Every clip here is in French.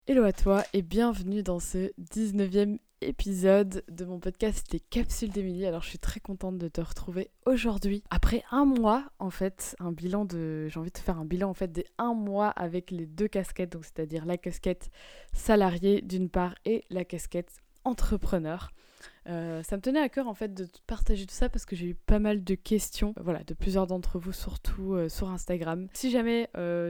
Hello à toi et bienvenue dans ce 19e épisode de mon podcast Les Capsules d'Émilie. Alors je suis très contente de te retrouver aujourd'hui. Après un mois en fait, j'ai envie de faire un bilan en fait des un mois avec les deux casquettes, donc c'est-à-dire la casquette salarié d'une part et la casquette entrepreneur. Ça me tenait à cœur en fait de partager tout ça parce que j'ai eu pas mal de questions, voilà, de plusieurs d'entre vous, surtout sur Instagram. Si jamais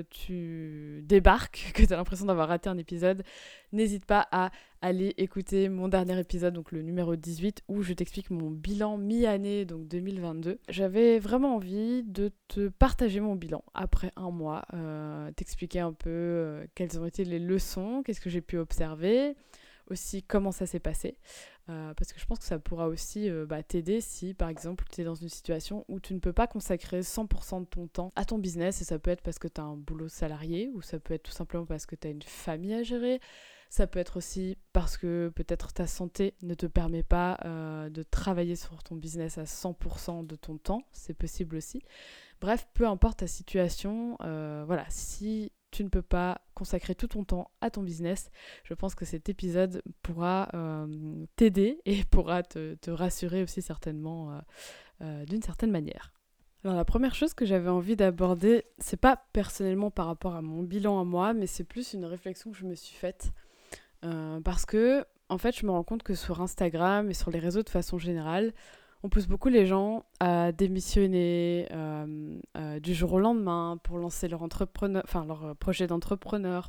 tu débarques, que tu as l'impression d'avoir raté un épisode, n'hésite pas à aller écouter mon dernier épisode, donc le numéro 18, où je t'explique mon bilan mi-année, donc 2022. J'avais vraiment envie de te partager mon bilan après un mois, t'expliquer un peu quelles ont été les leçons, qu'est-ce que j'ai pu observer, aussi comment ça s'est passé. Parce que je pense que ça pourra aussi t'aider si par exemple tu es dans une situation où tu ne peux pas consacrer 100% de ton temps à ton business, et ça peut être parce que tu as un boulot salarié, ou ça peut être tout simplement parce que tu as une famille à gérer, ça peut être aussi parce que peut-être ta santé ne te permet pas de travailler sur ton business à 100% de ton temps, c'est possible aussi. Bref, peu importe ta situation, voilà, si tu ne peux pas consacrer tout ton temps à ton business, je pense que cet épisode pourra t'aider et pourra te rassurer aussi certainement d'une certaine manière. Alors la première chose que j'avais envie d'aborder, c'est pas personnellement par rapport à mon bilan à moi, mais c'est plus une réflexion que je me suis faite parce que en fait je me rends compte que sur Instagram et sur les réseaux de façon générale, on pousse beaucoup les gens à démissionner du jour au lendemain pour lancer leur projet d'entrepreneur.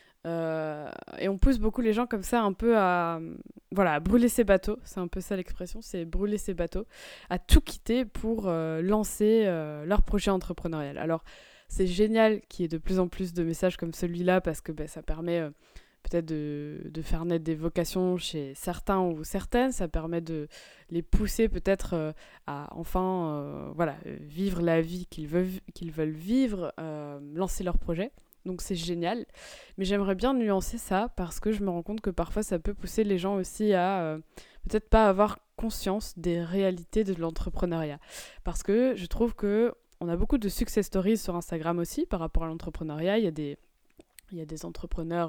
Et on pousse beaucoup les gens comme ça un peu à brûler ses bateaux, c'est un peu ça l'expression, c'est brûler ses bateaux, à tout quitter pour lancer leur projet entrepreneurial. Alors c'est génial qu'il y ait de plus en plus de messages comme celui-là parce que ça permet peut-être de faire naître des vocations chez certains ou certaines, ça permet de les pousser peut-être à enfin vivre la vie qu'ils veulent vivre, lancer leur projet. Donc c'est génial. Mais j'aimerais bien nuancer ça parce que je me rends compte que parfois ça peut pousser les gens aussi à peut-être pas avoir conscience des réalités de l'entrepreneuriat. Parce que je trouve que on a beaucoup de success stories sur Instagram aussi par rapport à l'entrepreneuriat. Il y a des entrepreneurs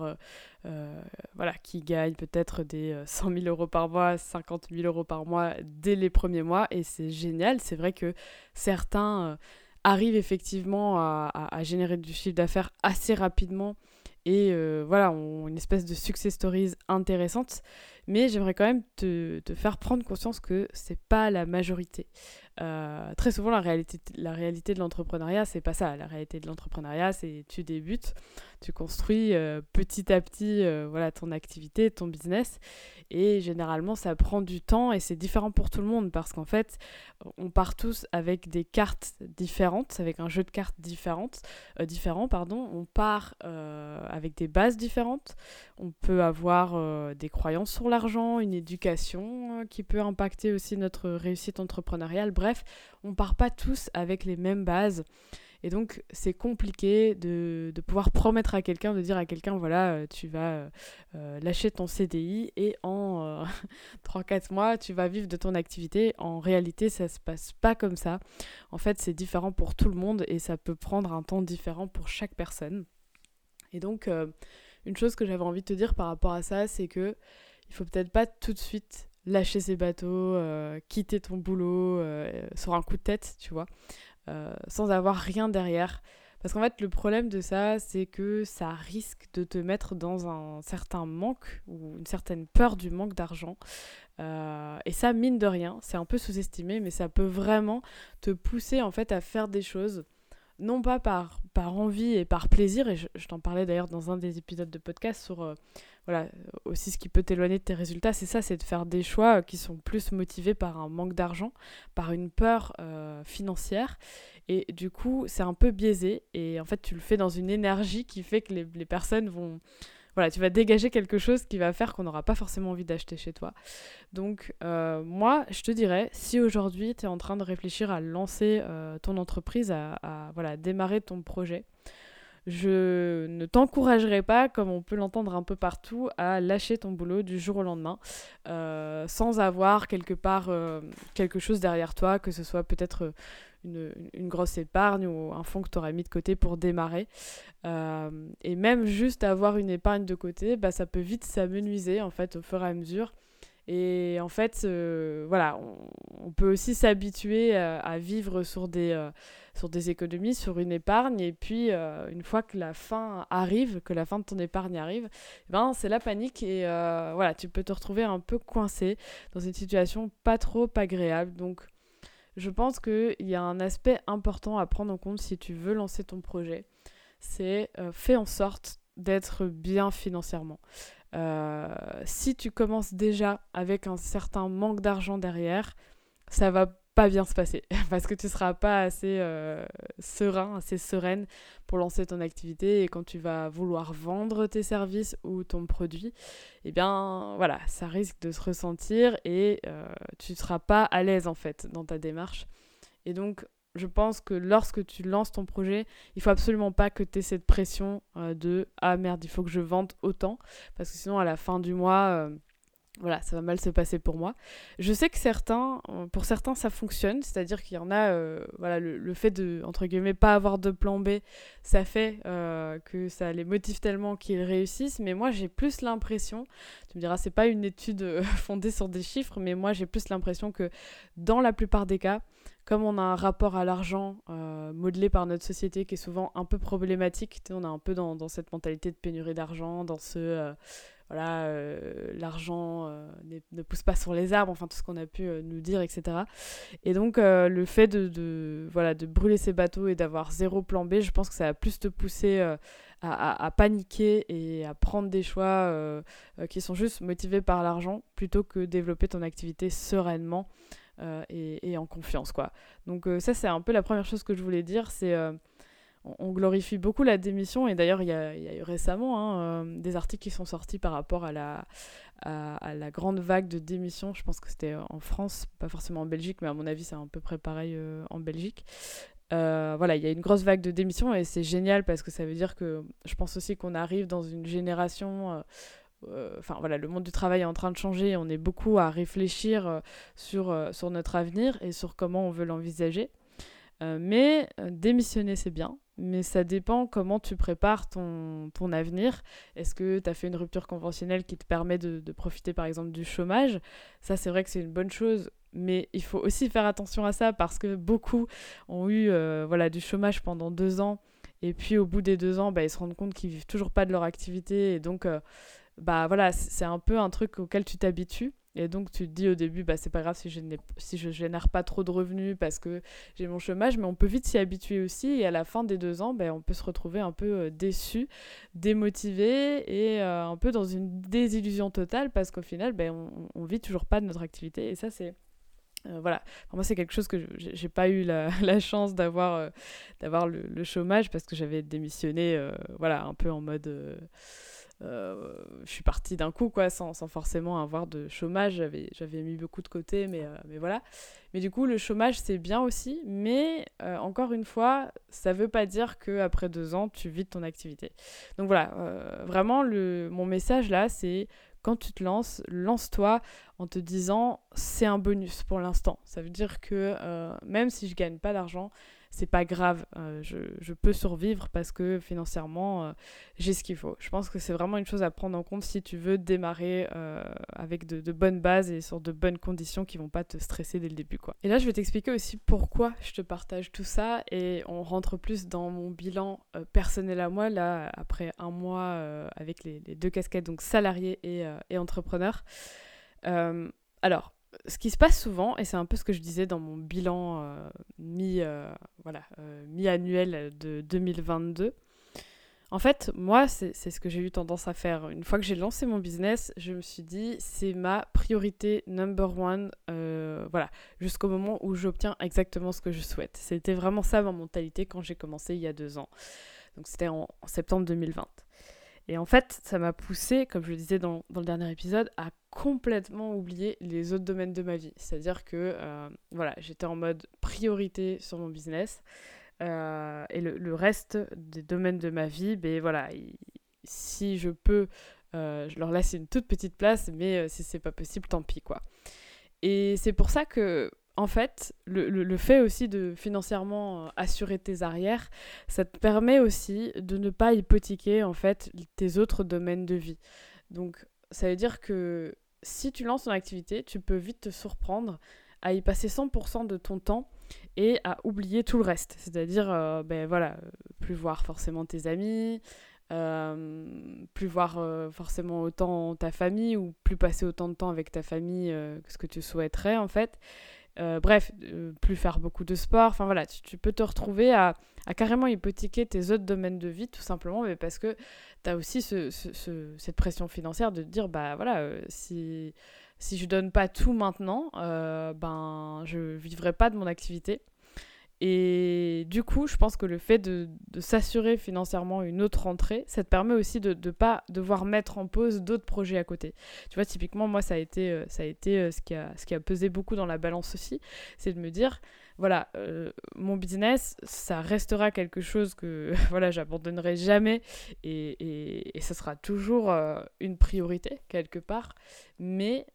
qui gagnent peut-être des 100 000 euros par mois, 50 000 euros par mois dès les premiers mois, et c'est génial. C'est vrai que certains arrivent effectivement à générer du chiffre d'affaires assez rapidement et ont une espèce de success stories intéressante, mais j'aimerais quand même te faire prendre conscience que c'est pas la majorité. Très souvent, la réalité de l'entrepreneuriat, c'est pas ça. La réalité de l'entrepreneuriat, c'est tu débutes, tu construis petit à petit ton activité, ton business, et généralement, ça prend du temps et c'est différent pour tout le monde parce qu'en fait, on part tous avec des cartes différentes, avec un jeu de cartes différent, pardon. On part avec des bases différentes. On peut avoir des croyances sur l'argent, une éducation qui peut impacter aussi notre réussite entrepreneuriale. Bref, on part pas tous avec les mêmes bases. Et donc, c'est compliqué de pouvoir promettre à quelqu'un, de dire à quelqu'un, voilà, tu vas lâcher ton CDI et en 3-4 mois, tu vas vivre de ton activité. En réalité, ça se passe pas comme ça. En fait, c'est différent pour tout le monde et ça peut prendre un temps différent pour chaque personne. Et donc, une chose que j'avais envie de te dire par rapport à ça, c'est que il faut peut-être pas tout de suite lâcher ses bateaux, quitter ton boulot sur un coup de tête, tu vois, sans avoir rien derrière. Parce qu'en fait, le problème de ça, c'est que ça risque de te mettre dans un certain manque ou une certaine peur du manque d'argent. Et ça, mine de rien, c'est un peu sous-estimé, mais ça peut vraiment te pousser en fait à faire des choses non pas par envie et par plaisir, et je t'en parlais d'ailleurs dans un des épisodes de podcast sur aussi ce qui peut t'éloigner de tes résultats, c'est ça, c'est de faire des choix qui sont plus motivés par un manque d'argent, par une peur financière, et du coup c'est un peu biaisé, et en fait tu le fais dans une énergie qui fait que les personnes vont... Voilà, tu vas dégager quelque chose qui va faire qu'on n'aura pas forcément envie d'acheter chez toi. Donc moi, je te dirais, si aujourd'hui tu es en train de réfléchir à lancer ton entreprise, à démarrer ton projet, je ne t'encouragerai pas, comme on peut l'entendre un peu partout, à lâcher ton boulot du jour au lendemain, sans avoir quelque part quelque chose derrière toi, que ce soit peut-être une grosse épargne ou un fonds que tu aurais mis de côté pour démarrer. Et même juste avoir une épargne de côté, ça peut vite s'amenuiser en fait au fur et à mesure. Et en fait, voilà, on peut aussi s'habituer à vivre sur des économies, sur une épargne. Et puis, une fois que la fin arrive, que la fin de ton épargne arrive, c'est la panique. Et voilà, tu peux te retrouver un peu coincé dans une situation pas trop agréable. Donc, je pense qu'il y a un aspect important à prendre en compte si tu veux lancer ton projet. C'est fais en sorte d'être bien financièrement. Si tu commences déjà avec un certain manque d'argent derrière, ça va pas bien se passer parce que tu seras pas assez serein, assez sereine pour lancer ton activité, et quand tu vas vouloir vendre tes services ou ton produit, eh bien voilà, ça risque de se ressentir et tu seras pas à l'aise en fait dans ta démarche. Et donc je pense que lorsque tu lances ton projet, il faut absolument pas que tu aies cette pression de « Ah merde, il faut que je vende autant », parce que sinon à la fin du mois, voilà, ça va mal se passer pour moi. Je sais que pour certains, ça fonctionne, c'est-à-dire qu'il y en a, voilà, le fait de, entre guillemets, pas avoir de plan B, ça fait que ça les motive tellement qu'ils réussissent, mais moi j'ai plus l'impression, tu me diras, c'est pas une étude fondée sur des chiffres, mais moi j'ai plus l'impression que dans la plupart des cas, comme on a un rapport à l'argent modelé par notre société qui est souvent un peu problématique, on est un peu dans cette mentalité de pénurie d'argent, dans ce voilà, l'argent ne pousse pas sur les arbres, enfin tout ce qu'on a pu nous dire, etc. Et donc le fait voilà, de brûler ses bateaux et d'avoir zéro plan B, je pense que ça va plus te pousser à paniquer et à prendre des choix qui sont juste motivés par l'argent, plutôt que développer ton activité sereinement et en confiance, quoi. Donc ça, c'est un peu la première chose que je voulais dire, c'est on glorifie beaucoup la démission, et d'ailleurs il y a eu récemment des articles qui sont sortis par rapport à la grande vague de démission. Je pense que c'était en France, pas forcément en Belgique, mais à mon avis c'est à peu près pareil en Belgique. Voilà, il y a une grosse vague de démission et c'est génial parce que ça veut dire que je pense aussi qu'on arrive dans une génération... Enfin voilà, le monde du travail est en train de changer, on est beaucoup à réfléchir sur notre avenir et sur comment on veut l'envisager. Mais démissionner, c'est bien, mais ça dépend comment tu prépares ton avenir. Est-ce que tu as fait une rupture conventionnelle qui te permet de profiter par exemple du chômage ? Ça, c'est vrai que c'est une bonne chose, mais il faut aussi faire attention à ça parce que beaucoup ont eu voilà, du chômage pendant 2 ans, et puis au bout des 2 ans, ils se rendent compte qu'ils vivent toujours pas de leur activité, et donc voilà, c'est un peu un truc auquel tu t'habitues. Et donc tu te dis au début, c'est pas grave si je génère pas trop de revenus parce que j'ai mon chômage, mais on peut vite s'y habituer aussi, et à la fin des 2 ans, on peut se retrouver un peu déçu, démotivé, et un peu dans une désillusion totale parce qu'au final, on vit toujours pas de notre activité, et ça c'est... voilà, pour moi c'est quelque chose que j'ai pas eu la chance d'avoir le chômage parce que j'avais démissionné voilà, un peu en mode... je suis partie d'un coup, quoi, sans forcément avoir de chômage. J'avais mis beaucoup de côté, mais voilà. Mais du coup, le chômage, c'est bien aussi. Mais encore une fois, ça veut pas dire qu'après 2 ans, tu vides ton activité. Donc voilà, vraiment, mon message là, c'est quand tu te lances, lance-toi en te disant c'est un bonus pour l'instant. Ça veut dire que même si je gagne pas d'argent, c'est pas grave, je peux survivre parce que financièrement, j'ai ce qu'il faut. Je pense que c'est vraiment une chose à prendre en compte si tu veux démarrer avec de bonnes bases et sur de bonnes conditions qui vont pas te stresser dès le début, quoi. Et là, je vais t'expliquer aussi pourquoi je te partage tout ça, et on rentre plus dans mon bilan personnel à moi, là, après 1 mois avec les 2 casquettes, donc salarié et entrepreneur. Alors, ce qui se passe souvent, et c'est un peu ce que je disais dans mon bilan mi-annuel de 2022, en fait, moi, c'est ce que j'ai eu tendance à faire. Une fois que j'ai lancé mon business, je me suis dit, c'est ma priorité number one, voilà, jusqu'au moment où j'obtiens exactement ce que je souhaite. C'était vraiment ça ma mentalité quand j'ai commencé il y a 2 ans. Donc c'était en septembre 2020. Et en fait, ça m'a poussée, comme je le disais dans le dernier épisode, à complètement oublier les autres domaines de ma vie. C'est-à-dire que voilà, j'étais en mode priorité sur mon business. Et le reste des domaines de ma vie, voilà, si je peux, je leur laisse une toute petite place, mais si c'est pas possible, tant pis, quoi. Et c'est pour ça que, en fait, le fait aussi de financièrement assurer tes arrières, ça te permet aussi de ne pas hypothéquer en fait tes autres domaines de vie. Donc, ça veut dire que si tu lances ton activité, tu peux vite te surprendre à y passer 100% de ton temps et à oublier tout le reste. C'est-à-dire, ben voilà, plus voir forcément tes amis, plus voir forcément autant ta famille ou plus passer autant de temps avec ta famille que ce que tu souhaiterais en fait. Bref, plus faire beaucoup de sport. Enfin voilà, tu peux te retrouver à carrément hypothéquer tes autres domaines de vie tout simplement, mais parce que tu as aussi cette pression financière de te dire, bah voilà, si je donne pas tout maintenant, ben je vivrai pas de mon activité. Et du coup, je pense que le fait de s'assurer financièrement une autre rentrée, ça te permet aussi de ne pas devoir mettre en pause d'autres projets à côté. Tu vois, typiquement, moi, ça a été ce qui a pesé beaucoup dans la balance aussi, c'est de me dire, voilà, mon business, ça restera quelque chose que voilà, j'abandonnerai jamais et ça sera toujours une priorité quelque part. Mais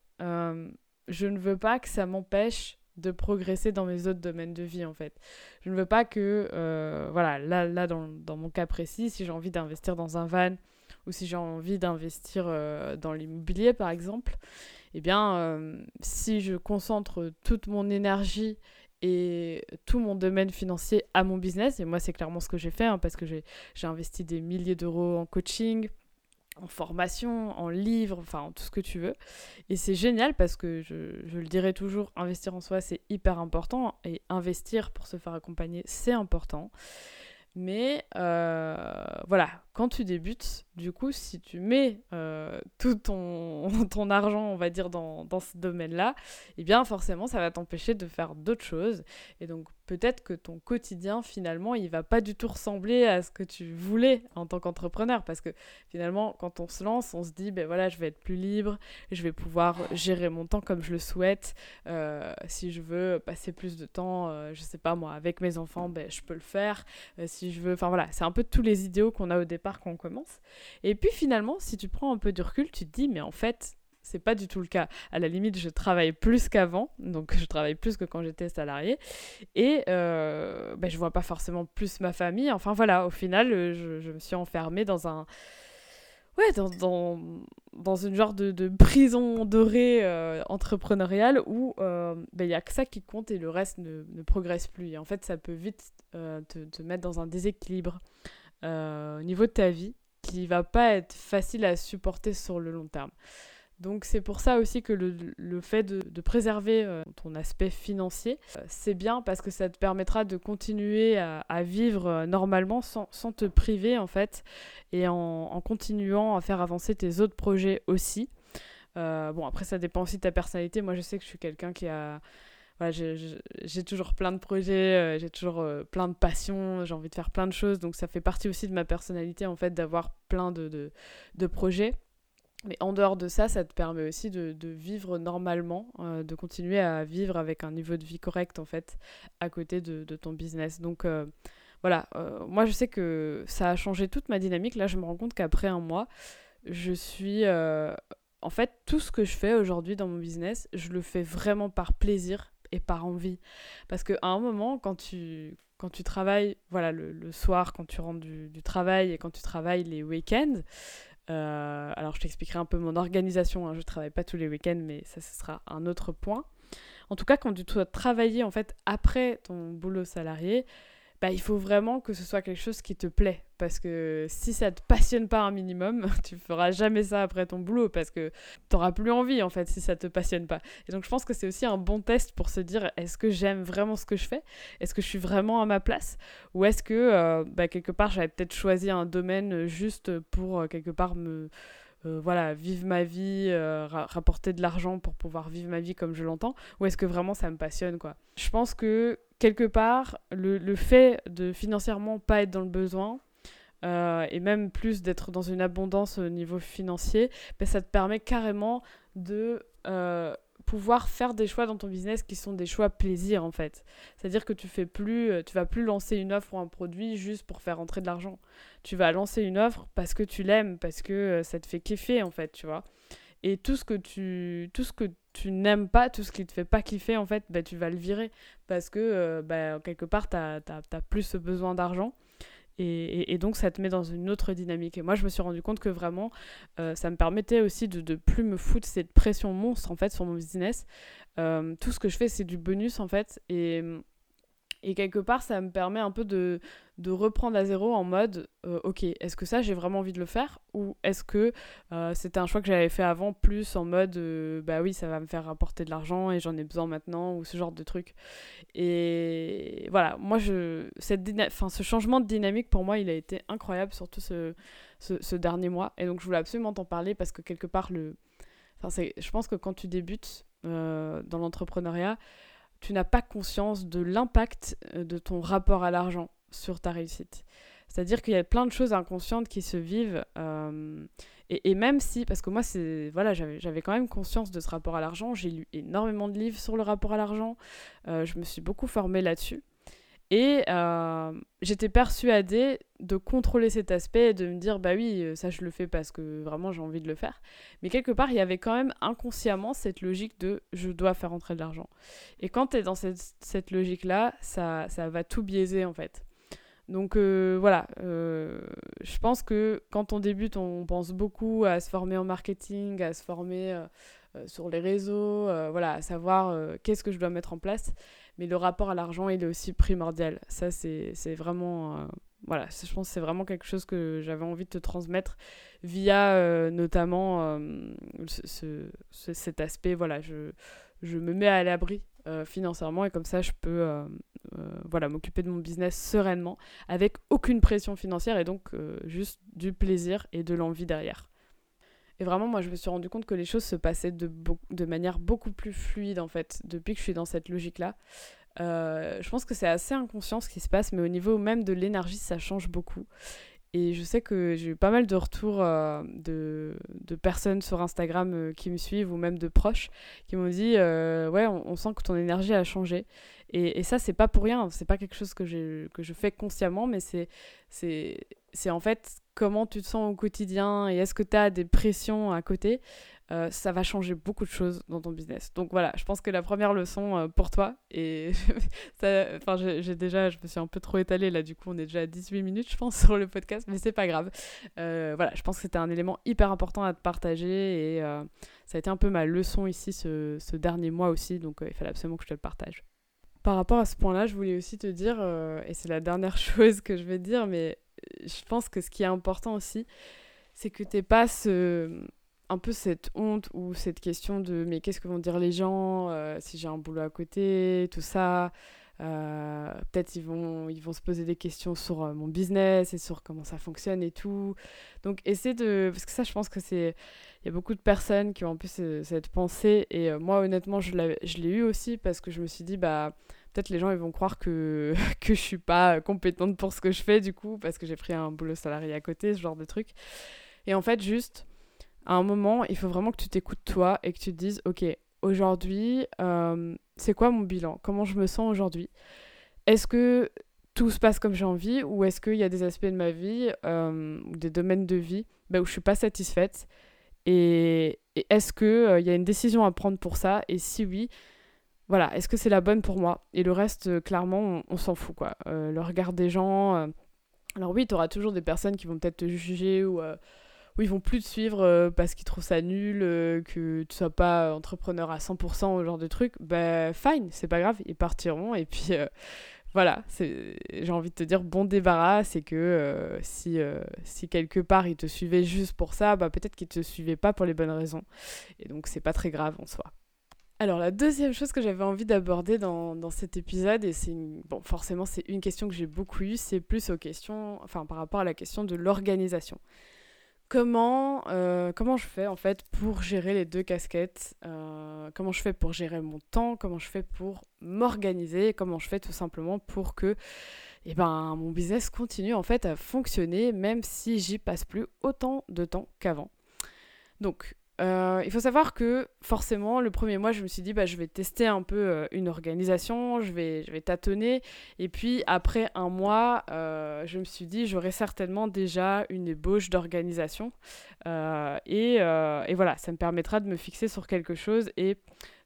je ne veux pas que ça m'empêche de progresser dans mes autres domaines de vie en fait. Je ne veux pas que, voilà, là dans mon cas précis, si j'ai envie d'investir dans un van ou si j'ai envie d'investir dans l'immobilier par exemple, eh bien, si je concentre toute mon énergie et tout mon domaine financier à mon business, et moi c'est clairement ce que j'ai fait hein, parce que j'ai investi des milliers d'euros en coaching, en formation, en livres, enfin en tout ce que tu veux. Et c'est génial parce que je le dirai toujours, investir en soi c'est hyper important et investir pour se faire accompagner c'est important. Mais voilà, quand tu débutes, du coup, si tu mets tout ton argent, on va dire, dans ce domaine-là, eh bien forcément, ça va t'empêcher de faire d'autres choses. Et donc, peut-être que ton quotidien, finalement, il va pas du tout ressembler à ce que tu voulais en tant qu'entrepreneur. Parce que finalement, quand on se lance, on se dit, ben voilà, je vais être plus libre, je vais pouvoir gérer mon temps comme je le souhaite. Si je veux passer plus de temps, je sais pas moi, avec mes enfants, ben, je peux le faire. Si je veux, enfin voilà, c'est un peu tous les idéaux qu'on a au départ quand on commence. Et puis finalement, si tu prends un peu de recul, tu te dis, mais en fait, c'est pas du tout le cas. À la limite, je travaille plus qu'avant, donc je travaille plus que quand j'étais salariée, et je vois pas forcément plus ma famille. Enfin voilà, au final, je me suis enfermée dans un, ouais, dans une genre de prison dorée entrepreneuriale où il y a que ça qui compte et le reste ne progresse plus. Et en fait, ça peut vite te mettre dans un déséquilibre au niveau de ta vie qui va pas être facile à supporter sur le long terme. Donc c'est pour ça aussi que le fait de préserver ton aspect financier, c'est bien parce que ça te permettra de continuer à vivre normalement sans te priver en fait et en continuant à faire avancer tes autres projets aussi. Bon après ça dépend aussi de ta personnalité. Moi je sais que je suis quelqu'un qui a... Voilà, j'ai toujours plein de projets, j'ai toujours plein de passions, j'ai envie de faire plein de choses. Donc ça fait partie aussi de ma personnalité en fait d'avoir plein de projets. Mais en dehors de ça, ça te permet aussi de vivre normalement, de continuer à vivre avec un niveau de vie correct en fait à côté de ton business. Donc voilà, moi je sais que ça a changé toute ma dynamique. Là je me rends compte qu'après un mois, je suis... en fait, tout ce que je fais aujourd'hui dans mon business, je le fais vraiment par plaisir et par envie. Parce qu'à un moment, quand tu travailles voilà, le soir, quand tu rentres du travail et quand tu travailles les week-ends, alors je t'expliquerai un peu mon organisation, hein, je ne travaille pas tous les week-ends, mais ça, ce sera un autre point. En tout cas, quand tu dois travailler en fait, après ton boulot salarié, bah, il faut vraiment que ce soit quelque chose qui te plaît. Parce que si ça te passionne pas un minimum, tu feras jamais ça après ton boulot parce que t'auras plus envie en fait si ça te passionne pas. Et donc je pense que c'est aussi un bon test pour se dire est-ce que j'aime vraiment ce que je fais ? Est-ce que je suis vraiment à ma place ? Ou est-ce que quelque part j'avais peut-être choisi un domaine juste pour quelque part me... voilà, vivre ma vie, rapporter de l'argent pour pouvoir vivre ma vie comme je l'entends, ou est-ce que vraiment ça me passionne, quoi. Je pense que, quelque part, le fait de financièrement pas être dans le besoin, et même plus d'être dans une abondance au niveau financier, ben, ça te permet carrément de pouvoir faire des choix dans ton business qui sont des choix plaisir en fait. C'est-à-dire que tu vas plus lancer une offre ou un produit juste pour faire rentrer de l'argent. Tu vas lancer une offre parce que tu l'aimes, parce que ça te fait kiffer en fait, tu vois. Et tout ce que tu tu n'aimes pas, tout ce qui te fait pas kiffer, en fait, tu vas le virer parce que quelque part, t'as plus ce besoin d'argent. Et donc, ça te met dans une autre dynamique. Et moi, je me suis rendu compte que vraiment, ça me permettait aussi de plus me foutre cette pression monstre, en fait, sur mon business. Tout ce que je fais, c'est du bonus, en fait. Et quelque part, ça me permet un peu de reprendre à zéro en mode ok, est-ce que ça, j'ai vraiment envie de le faire? Ou est-ce que c'était un choix que j'avais fait avant, plus en mode bah oui, ça va me faire rapporter de l'argent et j'en ai besoin maintenant, ou ce genre de truc. Et voilà, moi, ce changement de dynamique, pour moi, il a été incroyable, surtout ce dernier mois. Et donc, je voulais absolument t'en parler parce que quelque part, je pense que quand tu débutes dans l'entrepreneuriat, tu n'as pas conscience de l'impact de ton rapport à l'argent sur ta réussite. C'est-à-dire qu'il y a plein de choses inconscientes qui se vivent. Et même si, parce que moi, j'avais quand même conscience de ce rapport à l'argent. J'ai lu énormément de livres sur le rapport à l'argent. Je me suis beaucoup formée là-dessus. Et j'étais persuadée de contrôler cet aspect et de me dire, bah oui, ça je le fais parce que vraiment j'ai envie de le faire. Mais quelque part, il y avait quand même inconsciemment cette logique de je dois faire entrer de l'argent. Et quand tu es dans cette logique-là, ça va tout biaiser en fait. Donc voilà, je pense que quand on débute, on pense beaucoup à se former en marketing, à se former sur les réseaux, voilà, à savoir qu'est-ce que je dois mettre en place. Mais le rapport à l'argent, il est aussi primordial. Ça, c'est vraiment... voilà, je pense que c'est vraiment quelque chose que j'avais envie de te transmettre via notamment cet aspect. Voilà, je me mets à l'abri financièrement et comme ça, je peux m'occuper de mon business sereinement avec aucune pression financière et donc juste du plaisir et de l'envie derrière. Et vraiment, moi, je me suis rendu compte que les choses se passaient de manière beaucoup plus fluide, en fait, depuis que je suis dans cette logique-là. Je pense que c'est assez inconscient ce qui se passe, mais au niveau même de l'énergie, ça change beaucoup. Et je sais que j'ai eu pas mal de retours de personnes sur Instagram qui me suivent, ou même de proches, qui m'ont dit ouais, on sent que ton énergie a changé. Et ça, c'est pas pour rien, c'est pas quelque chose que je fais consciemment, mais c'est en fait comment tu te sens au quotidien et est-ce que tu as des pressions à côté. Ça va changer beaucoup de choses dans ton business. Donc voilà, je pense que la première leçon pour toi, et je me suis un peu trop étalée là, du coup on est déjà à 18 minutes je pense sur le podcast, mais c'est pas grave. Voilà, je pense que c'était un élément hyper important à te partager et ça a été un peu ma leçon ici ce dernier mois aussi, donc il fallait absolument que je te le partage. Par rapport à ce point-là, je voulais aussi te dire, et c'est la dernière chose que je vais te dire, mais je pense que ce qui est important aussi, c'est que t'aies pas un peu cette honte ou cette question de mais qu'est-ce que vont dire les gens si j'ai un boulot à côté, tout ça. Peut-être ils vont se poser des questions sur mon business et sur comment ça fonctionne et tout. Donc essaie de... Parce que ça, je pense que c'est... Il y a beaucoup de personnes qui ont un peu cette pensée. Et moi, honnêtement, je l'ai eu aussi parce que je me suis dit, bah... Peut-être les gens ils vont croire que je suis pas compétente pour ce que je fais du coup parce que j'ai pris un boulot salarié à côté, ce genre de truc. Et en fait, juste, à un moment, il faut vraiment que tu t'écoutes toi et que tu te dises, ok, aujourd'hui, c'est quoi mon bilan? Comment je me sens aujourd'hui? Est-ce que tout se passe comme j'ai envie ou est-ce qu'il y a des aspects de ma vie ou des domaines de vie où je suis pas satisfaite et est-ce qu'il y a une décision à prendre pour ça? Et si oui, voilà, est-ce que c'est la bonne pour moi? Et le reste, clairement, on s'en fout, quoi. Le regard des gens... Alors oui, tu auras toujours des personnes qui vont peut-être te juger ou ils vont plus te suivre parce qu'ils trouvent ça nul, que tu sois pas entrepreneur à 100% ou ce genre de truc. Bah, fine, c'est pas grave, ils partiront. Et puis, voilà, j'ai envie de te dire bon débarras, c'est que si quelque part ils te suivaient juste pour ça, bah peut-être qu'ils te suivaient pas pour les bonnes raisons. Et donc, c'est pas très grave en soi. Alors la deuxième chose que j'avais envie d'aborder dans cet épisode, et forcément c'est une question que j'ai beaucoup eue, c'est plus par rapport à la question de l'organisation. Comment je fais en fait pour gérer les deux casquettes, comment je fais pour gérer mon temps, comment je fais pour m'organiser, comment je fais tout simplement pour que mon business continue en fait à fonctionner même si j'y passe plus autant de temps qu'avant. Donc il faut savoir que forcément le premier mois je me suis dit je vais tester un peu une organisation, je vais tâtonner et puis après un mois je me suis dit j'aurai certainement déjà une ébauche d'organisation et voilà, ça me permettra de me fixer sur quelque chose et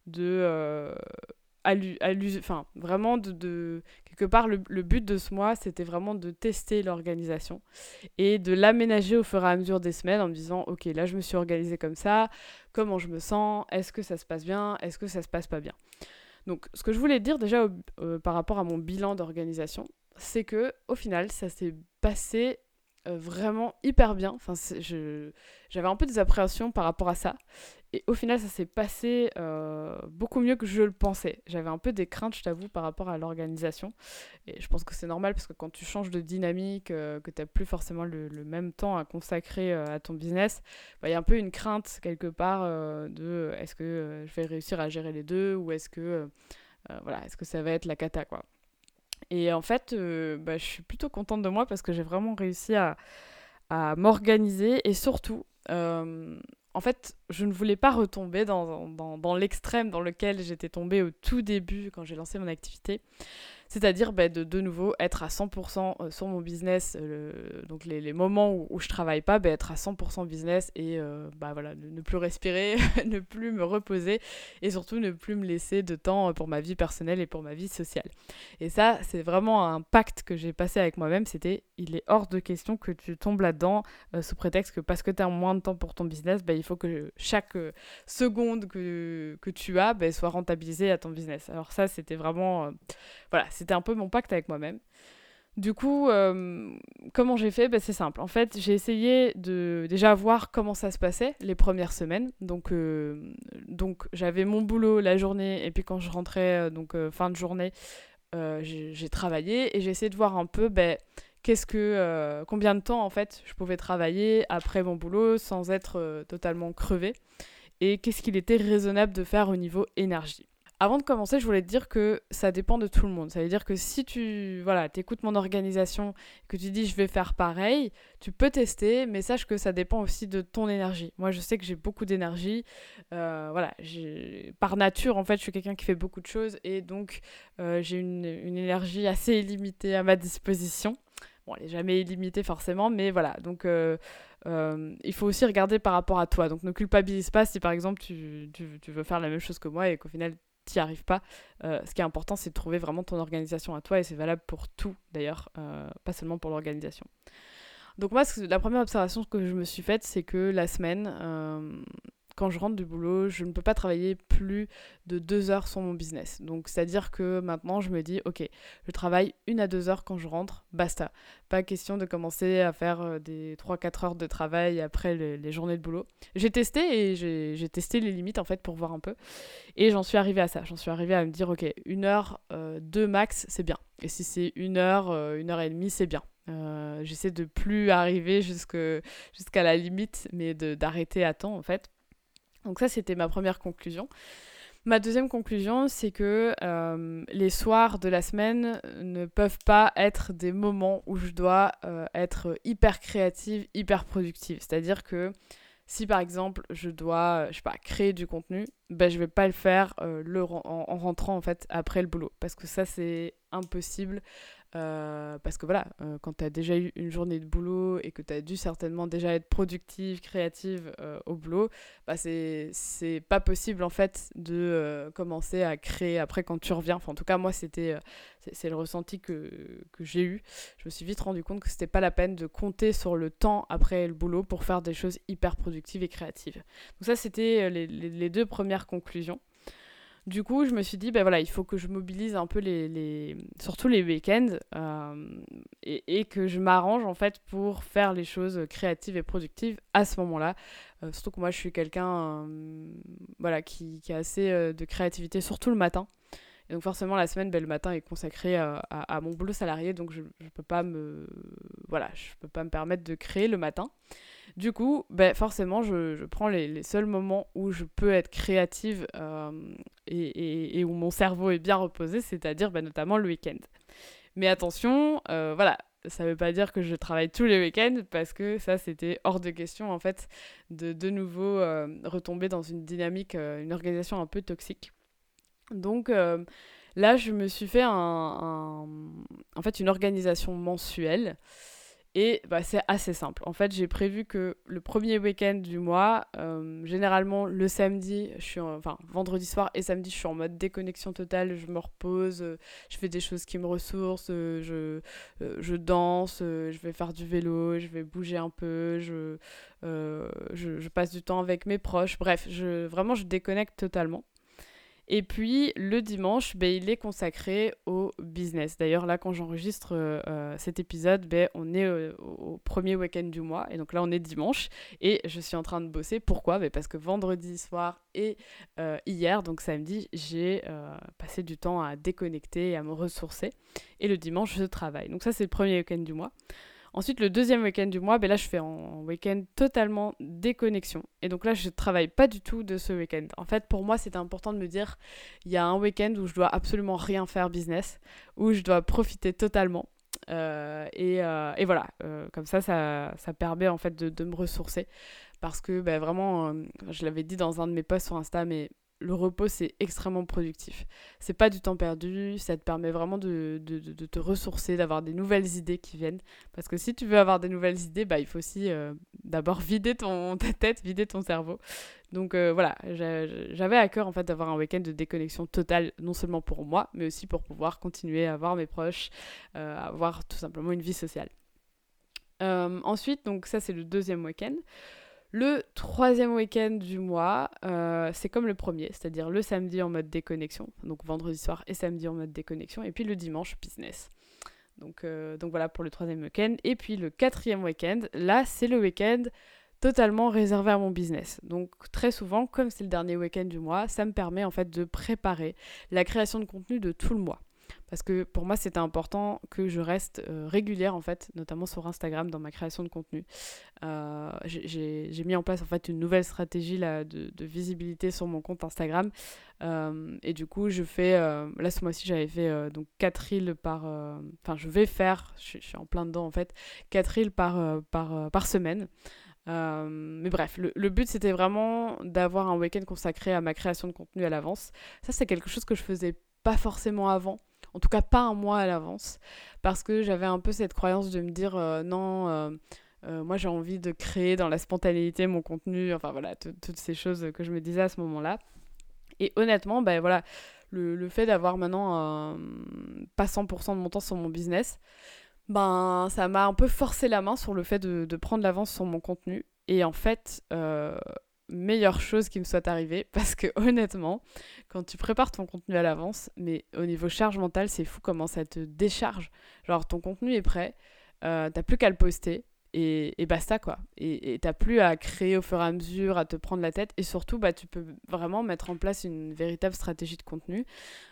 de enfin, vraiment quelque part, le but de ce mois, c'était vraiment de tester l'organisation et de l'aménager au fur et à mesure des semaines en me disant, ok, là, je me suis organisée comme ça, comment je me sens, est-ce que ça se passe bien, est-ce que ça se passe pas bien. Donc, ce que je voulais dire déjà par rapport à mon bilan d'organisation, c'est que au final, ça s'est passé vraiment hyper bien. Enfin, j'avais un peu des appréhensions par rapport à ça. Et au final, ça s'est passé beaucoup mieux que je le pensais. J'avais un peu des craintes, je t'avoue, par rapport à l'organisation. Et je pense que c'est normal parce que quand tu changes de dynamique, que tu n'as plus forcément le même temps à consacrer à ton business, bah, y a un peu une crainte quelque part de est-ce que je vais réussir à gérer les deux ou est-ce que, voilà, est-ce que ça va être la cata, quoi. Et en fait, bah, je suis plutôt contente de moi parce que j'ai vraiment réussi à m'organiser et surtout, en fait, je ne voulais pas retomber dans l'extrême dans lequel j'étais tombée au tout début quand j'ai lancé mon activité. C'est-à-dire bah, de nouveau être à 100% sur mon business, donc les moments où je travaille pas, bah, être à 100% business et bah, voilà, ne plus respirer, ne plus me reposer et surtout ne plus me laisser de temps pour ma vie personnelle et pour ma vie sociale. Et ça, c'est vraiment un pacte que j'ai passé avec moi-même, c'était il est hors de question que tu tombes là-dedans sous prétexte que parce que tu as moins de temps pour ton business, bah, il faut que chaque seconde que tu as bah, soit rentabilisée à ton business. Alors ça, c'était vraiment... voilà, c'était un peu mon pacte avec moi-même. Du coup, comment j'ai fait ? C'est simple. En fait, j'ai essayé de déjà voir comment ça se passait les premières semaines. Donc j'avais mon boulot la journée et puis quand je rentrais, fin de journée, j'ai travaillé et j'ai essayé de voir un peu combien de temps en fait je pouvais travailler après mon boulot sans être totalement crevée et qu'est-ce qu'il était raisonnable de faire au niveau énergie. Avant de commencer, je voulais te dire que ça dépend de tout le monde. Ça veut dire que si tu écoutes mon organisation, que tu dis je vais faire pareil, tu peux tester, mais sache que ça dépend aussi de ton énergie. Moi, je sais que j'ai beaucoup d'énergie. Par nature, en fait, je suis quelqu'un qui fait beaucoup de choses et donc j'ai une énergie assez illimitée à ma disposition. Bon, elle n'est jamais illimitée forcément, mais voilà. Donc, il faut aussi regarder par rapport à toi. Donc, ne culpabilise pas si par exemple tu veux faire la même chose que moi et qu'au final t'y arrives pas. Ce qui est important, c'est de trouver vraiment ton organisation à toi et c'est valable pour tout d'ailleurs, pas seulement pour l'organisation. Donc moi, la première observation que je me suis faite, c'est que la semaine, quand je rentre du boulot, je ne peux pas travailler plus de 2 heures sur mon business. Donc c'est-à-dire que maintenant, je me dis, ok, je travaille 1 à 2 heures quand je rentre, basta. Pas question de commencer à faire des 3-4 heures de travail après les journées de boulot. J'ai testé et j'ai testé les limites en fait pour voir un peu. Et j'en suis arrivée à ça. J'en suis arrivée à me dire, ok, 1 heure, 2 max, c'est bien. Et si c'est 1 heure, 1 heure et demie, c'est bien. J'essaie de plus arriver jusqu'à la limite, mais d'arrêter à temps en fait. Donc ça, c'était ma première conclusion. Ma deuxième conclusion, c'est que les soirs de la semaine ne peuvent pas être des moments où je dois être hyper créative, hyper productive. C'est-à-dire que si par exemple je dois, je sais pas, créer du contenu, ben je vais pas le faire en rentrant en fait après le boulot, parce que ça c'est impossible. Parce que voilà, quand tu as déjà eu une journée de boulot et que tu as dû certainement déjà être productive, créative au boulot, bah c'est pas possible en fait de commencer à créer après quand tu reviens. Enfin, en tout cas, moi, c'est le ressenti que j'ai eu. Je me suis vite rendu compte que c'était pas la peine de compter sur le temps après le boulot pour faire des choses hyper productives et créatives. Donc ça, c'était les deux premières conclusions. Du coup, je me suis dit, ben voilà, il faut que je mobilise un peu surtout les week-ends et que je m'arrange en fait pour faire les choses créatives et productives à ce moment-là. Surtout que moi, je suis quelqu'un qui a assez de créativité, surtout le matin. Et donc forcément, la semaine, le matin est consacré à mon boulot salarié, donc je peux pas me permettre de créer le matin. Du coup, forcément, je prends les seuls moments où je peux être créative et où mon cerveau est bien reposé, c'est-à-dire notamment le week-end. Mais attention, ça ne veut pas dire que je travaille tous les week-ends, parce que ça, c'était hors de question, en fait, de nouveau retomber dans une dynamique, une organisation un peu toxique. Donc là, je me suis fait en fait, une organisation mensuelle. Et c'est assez simple. En fait, j'ai prévu que le premier week-end du mois, généralement le samedi, vendredi soir et samedi, je suis en mode déconnexion totale, je me repose, je fais des choses qui me ressourcent, je danse, je vais faire du vélo, je vais bouger un peu, je passe du temps avec mes proches. Bref, vraiment, je déconnecte totalement. Et puis le dimanche, il est consacré au business. D'ailleurs, là, quand j'enregistre cet épisode, on est au premier week-end du mois. Et donc là, on est dimanche et je suis en train de bosser. Pourquoi ? Parce que vendredi soir et hier, donc samedi, j'ai passé du temps à déconnecter et à me ressourcer. Et le dimanche, je travaille. Donc ça, c'est le premier week-end du mois. Ensuite, le deuxième week-end du mois, là, je fais en week-end totalement déconnexion. Et donc là, je ne travaille pas du tout de ce week-end. En fait, pour moi, c'était important de me dire, il y a un week-end où je dois absolument rien faire business, où je dois profiter totalement. Et voilà, comme ça permet en fait de me ressourcer. Parce que vraiment, je l'avais dit dans un de mes posts sur Insta, mais le repos, c'est extrêmement productif. C'est pas du temps perdu, ça te permet vraiment de te ressourcer, d'avoir des nouvelles idées qui viennent. Parce que si tu veux avoir des nouvelles idées, il faut aussi d'abord vider ta tête, vider ton cerveau. Donc voilà, j'avais à cœur en fait d'avoir un week-end de déconnexion totale, non seulement pour moi, mais aussi pour pouvoir continuer à voir mes proches, avoir tout simplement une vie sociale. Ensuite, donc ça c'est le deuxième week-end. Le troisième week-end du mois, c'est comme le premier, c'est-à-dire le samedi en mode déconnexion, donc vendredi soir et samedi en mode déconnexion, et puis le dimanche, business. Donc voilà pour le troisième week-end. Et puis le quatrième week-end, là, c'est le week-end totalement réservé à mon business. Donc très souvent, comme c'est le dernier week-end du mois, ça me permet en fait de préparer la création de contenu de tout le mois. Parce que pour moi, c'était important que je reste régulière, en fait, notamment sur Instagram, dans ma création de contenu. J'ai mis en place, en fait, une nouvelle stratégie là, de visibilité sur mon compte Instagram. Et du coup, je fais... là, ce mois-ci, j'avais fait donc 4 reels par... je vais faire, je suis en plein dedans, en fait, 4 reels par semaine. Mais bref, le but, c'était vraiment d'avoir un week-end consacré à ma création de contenu à l'avance. Ça, c'est quelque chose que je faisais pas forcément avant. En tout cas, pas un mois à l'avance. Parce que j'avais un peu cette croyance de me dire non, moi j'ai envie de créer dans la spontanéité mon contenu. Enfin voilà, toutes ces choses que je me disais à ce moment-là. Et honnêtement, voilà, le fait d'avoir maintenant pas 100% de mon temps sur mon business, ça m'a un peu forcé la main sur le fait de prendre l'avance sur mon contenu. Et en fait, meilleure chose qui me soit arrivée, parce que honnêtement, quand tu prépares ton contenu à l'avance, mais au niveau charge mentale, c'est fou comment ça te décharge. Genre ton contenu est prêt, t'as plus qu'à le poster et basta quoi. Et t'as plus à créer au fur et à mesure, à te prendre la tête, et surtout tu peux vraiment mettre en place une véritable stratégie de contenu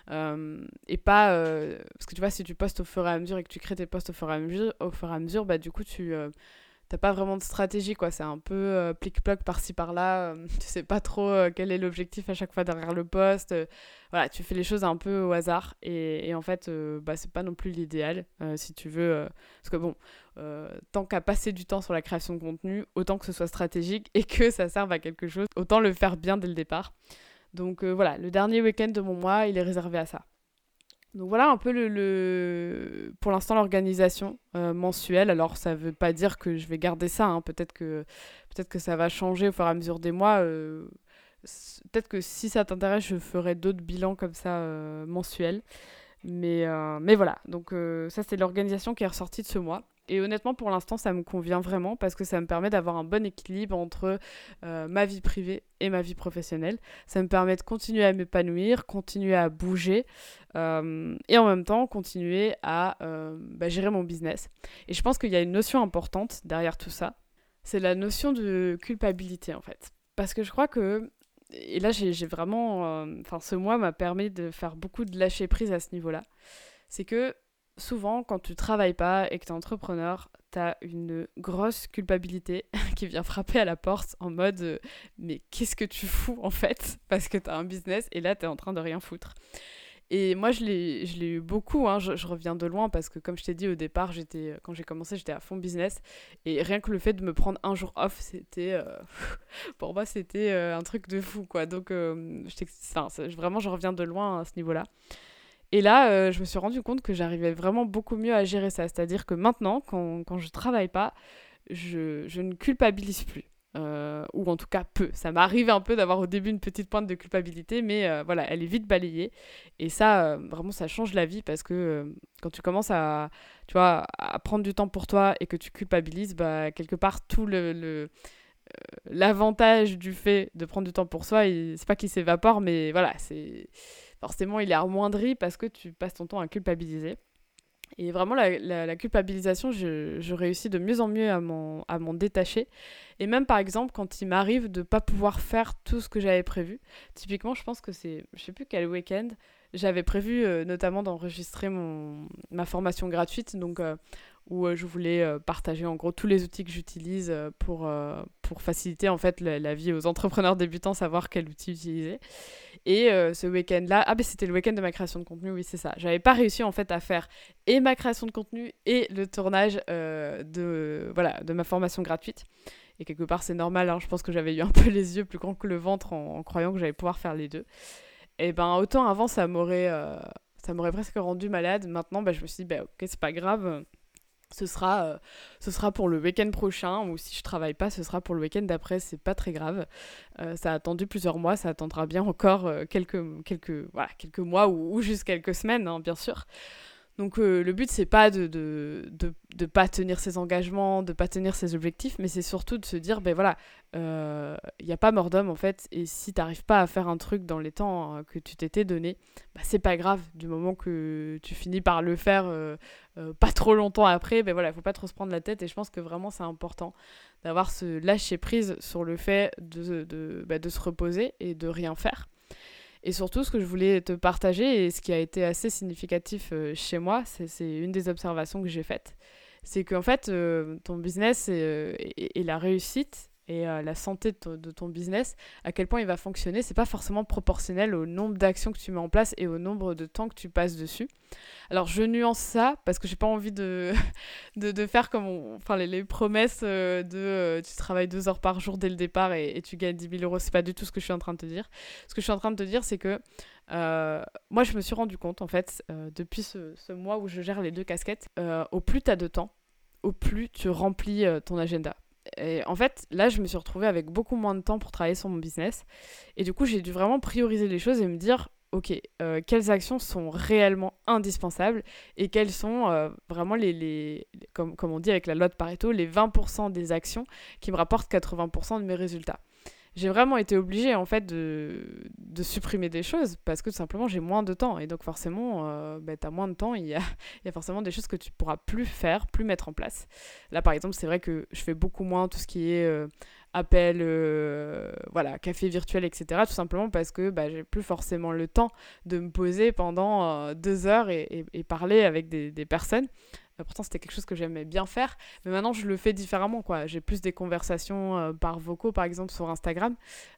et pas parce que tu vois, si tu postes au fur et à mesure et que tu crées tes posts au fur et à mesure, du coup t'as pas vraiment de stratégie, quoi. C'est un peu plic-ploc par-ci par-là. Tu sais pas trop quel est l'objectif à chaque fois derrière le post. Voilà, tu fais les choses un peu au hasard. Et en fait, c'est pas non plus l'idéal si tu veux. Parce que bon, tant qu'à passer du temps sur la création de contenu, autant que ce soit stratégique et que ça serve à quelque chose, autant le faire bien dès le départ. Donc voilà, le dernier week-end de mon mois, il est réservé à ça. Donc voilà un peu pour l'instant l'organisation mensuelle. Alors ça veut pas dire que je vais garder ça, hein. Peut-être que ça va changer au fur et à mesure des mois. Peut-être que si ça t'intéresse, je ferai d'autres bilans comme ça mensuels. Mais voilà, donc ça c'est l'organisation qui est ressortie de ce mois. Et honnêtement, pour l'instant, ça me convient vraiment parce que ça me permet d'avoir un bon équilibre entre ma vie privée et ma vie professionnelle. Ça me permet de continuer à m'épanouir, continuer à bouger et en même temps continuer à gérer mon business. Et je pense qu'il y a une notion importante derrière tout ça, c'est la notion de culpabilité en fait. Parce que je crois que, et là j'ai vraiment, ce mois m'a permis de faire beaucoup de lâcher prise à ce niveau-là, c'est que souvent, quand tu travailles pas et que tu es entrepreneur, tu as une grosse culpabilité qui vient frapper à la porte en mode mais qu'est-ce que tu fous en fait? Parce que tu as un business et là, tu es en train de rien foutre. Et moi, je l'ai eu beaucoup, hein. Je reviens de loin parce que, comme je t'ai dit au départ, quand j'ai commencé, j'étais à fond business. Et rien que le fait de me prendre un jour off, pour moi, c'était un truc de fou, quoi. Donc, vraiment, je reviens de loin à ce niveau-là. Et là, je me suis rendu compte que j'arrivais vraiment beaucoup mieux à gérer ça. C'est-à-dire que maintenant, quand je travaille pas, je ne culpabilise plus. Ou en tout cas peu. Ça m'arrive un peu d'avoir au début une petite pointe de culpabilité, mais voilà, elle est vite balayée. Et ça, vraiment, ça change la vie parce que quand tu commences tu vois, à prendre du temps pour toi et que tu culpabilises, bah, quelque part, tout l'avantage du fait de prendre du temps pour soi, c'est pas qu'il s'évapore, mais voilà, forcément, il est amoindri parce que tu passes ton temps à culpabiliser. Et vraiment, la culpabilisation, je réussis de mieux en mieux à m'en détacher. Et même, par exemple, quand il m'arrive de ne pas pouvoir faire tout ce que j'avais prévu. Typiquement, je pense que je sais plus quel week-end, j'avais prévu notamment d'enregistrer ma formation gratuite, donc où je voulais partager en gros tous les outils que j'utilise pour faciliter en fait la vie aux entrepreneurs débutants, savoir quel outil utiliser. Et ce week-end-là, ah ben c'était le week-end de ma création de contenu, oui c'est ça. J'avais pas réussi en fait à faire et ma création de contenu et le tournage de ma formation gratuite. Et quelque part c'est normal, hein, je pense que j'avais eu un peu les yeux plus grands que le ventre en croyant que j'allais pouvoir faire les deux. Et ben autant avant ça m'aurait presque rendu malade. Maintenant je me suis dit ok c'est pas grave. Ce sera pour le week-end prochain, ou si je travaille pas, ce sera pour le week-end d'après, c'est pas très grave. Ça a attendu plusieurs mois, ça attendra bien encore quelques mois ou juste quelques semaines, hein, bien sûr. Donc le but, c'est pas de pas tenir ses engagements, de pas tenir ses objectifs, mais c'est surtout de se dire, ben voilà, il n'y a pas mort d'homme en fait, et si t'arrives pas à faire un truc dans les temps que tu t'étais donné, bah, c'est pas grave, du moment que tu finis par le faire pas trop longtemps après, ben voilà, faut pas trop se prendre la tête, et je pense que vraiment c'est important d'avoir ce lâcher prise sur le fait de se reposer et de rien faire. Et surtout, ce que je voulais te partager, et ce qui a été assez significatif chez moi, c'est une des observations que j'ai faites, c'est qu'en fait, ton business et la réussite et la santé de ton business, à quel point il va fonctionner, c'est pas forcément proportionnel au nombre d'actions que tu mets en place et au nombre de temps que tu passes dessus. Alors je nuance ça parce que j'ai pas envie de faire comme enfin les promesses tu travailles 2 heures par jour dès le départ et tu gagnes 10 000 euros. C'est pas du tout ce que je suis en train de te dire. Ce que je suis en train de te dire, c'est que moi je me suis rendu compte en fait depuis ce mois où je gère les 2 casquettes, au plus tu as de temps, au plus tu remplis ton agenda. Et en fait, là, je me suis retrouvée avec beaucoup moins de temps pour travailler sur mon business. Et du coup, j'ai dû vraiment prioriser les choses et me dire, ok, quelles actions sont réellement indispensables et quelles sont vraiment comme on dit avec la loi de Pareto, les 20% des actions qui me rapportent 80% de mes résultats. J'ai vraiment été obligée en fait de supprimer des choses parce que tout simplement j'ai moins de temps et donc forcément t'as moins de temps, il y a forcément des choses que tu pourras plus faire, plus mettre en place. Là par exemple c'est vrai que je fais beaucoup moins tout ce qui est appel, voilà, café virtuel, etc. Tout simplement parce que j'ai plus forcément le temps de me poser pendant 2 heures et parler avec des personnes. Pourtant, c'était quelque chose que j'aimais bien faire. Mais maintenant, je le fais différemment, quoi. J'ai plus des conversations par vocaux, par exemple, sur Instagram,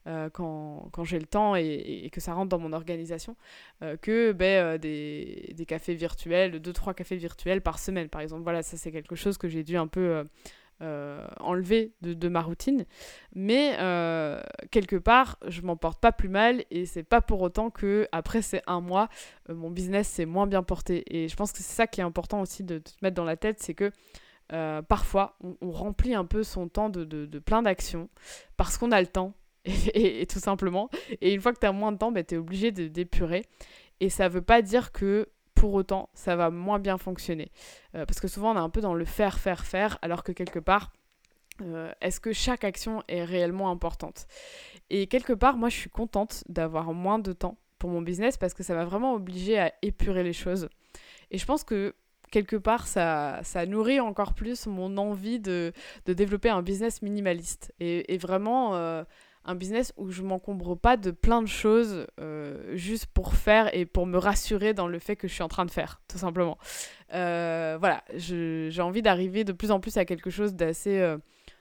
quand j'ai le temps et que ça rentre dans mon organisation, que des cafés virtuels, 2-3 cafés virtuels par semaine, par exemple. Voilà, ça, c'est quelque chose que j'ai dû un peu enlever de ma routine. Mais quelque part, je m'en porte pas plus mal et c'est pas pour autant que après ces 1 mois, mon business s'est moins bien porté. Et je pense que c'est ça qui est important aussi de te mettre dans la tête, c'est que parfois, on remplit un peu son temps de plein d'actions parce qu'on a le temps. Et tout simplement. Et une fois que tu as moins de temps, tu es obligé d'épurer. Et ça veut pas dire que pour autant, ça va moins bien fonctionner. Parce que souvent, on est un peu dans le faire, alors que quelque part, est-ce que chaque action est réellement importante ? Et quelque part, moi, je suis contente d'avoir moins de temps pour mon business parce que ça m'a vraiment obligée à épurer les choses. Et je pense que quelque part, ça nourrit encore plus mon envie de développer un business minimaliste. Et vraiment un business où je m'encombre pas de plein de choses juste pour faire et pour me rassurer dans le fait que je suis en train de faire, tout simplement. Voilà, j'ai envie d'arriver de plus en plus à quelque chose d'assez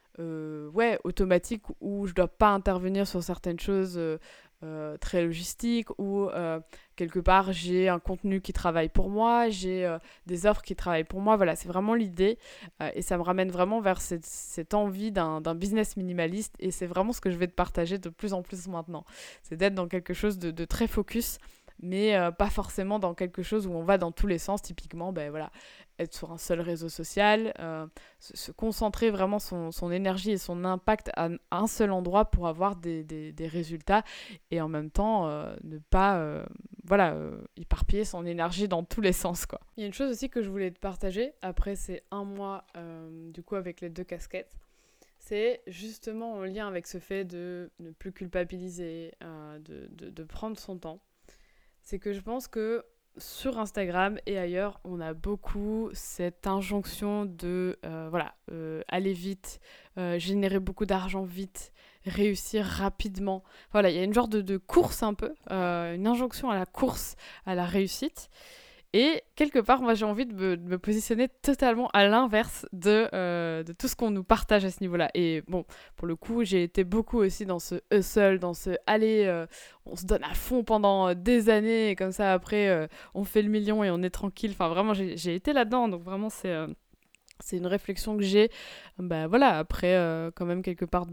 automatique où je dois pas intervenir sur certaines choses très logistiques ou quelque part j'ai un contenu qui travaille pour moi, j'ai des offres qui travaillent pour moi. Voilà, c'est vraiment l'idée et ça me ramène vraiment vers cette envie d'un business minimaliste et c'est vraiment ce que je vais te partager de plus en plus maintenant. C'est d'être dans quelque chose de très focus mais pas forcément dans quelque chose où on va dans tous les sens. Typiquement, voilà, être sur un seul réseau social, se concentrer vraiment son énergie et son impact à un seul endroit pour avoir des résultats, et en même temps ne pas éparpiller son énergie dans tous les sens, quoi. Il y a une chose aussi que je voulais te partager après ces 1 mois du coup avec les 2 casquettes. C'est justement en lien avec ce fait de ne plus culpabiliser, de prendre son temps. C'est que je pense que sur Instagram et ailleurs, on a beaucoup cette injonction de aller vite, générer beaucoup d'argent vite, réussir rapidement. Voilà, il y a une genre de course un peu, une injonction à la course, à la réussite. Et quelque part, moi, j'ai envie de me positionner totalement à l'inverse de tout ce qu'on nous partage à ce niveau-là. Et bon, pour le coup, j'ai été beaucoup aussi dans ce hustle, dans ce aller, on se donne à fond pendant des années, et comme ça, après, on fait le million et on est tranquille. Enfin, vraiment, j'ai été là-dedans, donc vraiment, c'est une réflexion que j'ai, après quand même quelque part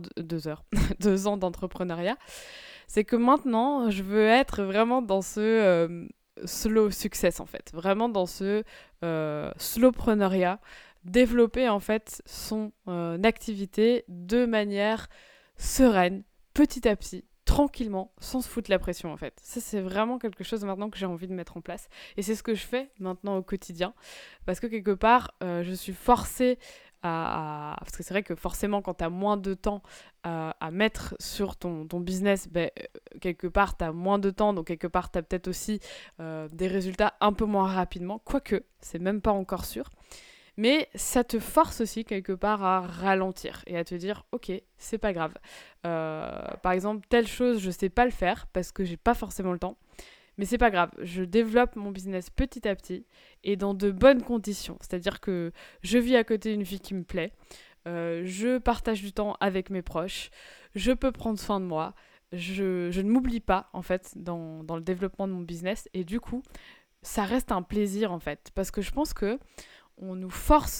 2 ans d'entrepreneuriat. C'est que maintenant, je veux être vraiment dans ce slow success, en fait. Vraiment dans ce slowpreneuriat. Développer, en fait, son activité de manière sereine, petit à petit, tranquillement, sans se foutre la pression, en fait. Ça, c'est vraiment quelque chose maintenant que j'ai envie de mettre en place. Et c'est ce que je fais maintenant au quotidien. Parce que quelque part, je suis forcée parce que c'est vrai que forcément, quand tu as moins de temps à mettre sur ton business, quelque part, tu as moins de temps, donc quelque part, tu as peut-être aussi des résultats un peu moins rapidement, quoique, c'est même pas encore sûr. Mais ça te force aussi quelque part à ralentir et à te dire, ok, c'est pas grave. Par exemple, telle chose, je sais pas le faire parce que j'ai pas forcément le temps. Mais c'est pas grave, je développe mon business petit à petit et dans de bonnes conditions. C'est-à-dire que je vis à côté d'une vie qui me plaît, je partage du temps avec mes proches, je peux prendre soin de moi, je ne m'oublie pas en fait dans le développement de mon business, et du coup, ça reste un plaisir en fait. Parce que je pense que on nous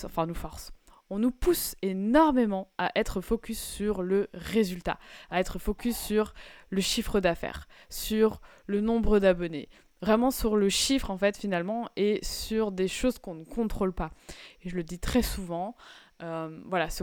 pousse énormément à être focus sur le résultat, à être focus sur le chiffre d'affaires, sur le nombre d'abonnés, vraiment sur le chiffre en fait finalement, et sur des choses qu'on ne contrôle pas. Et je le dis très souvent, se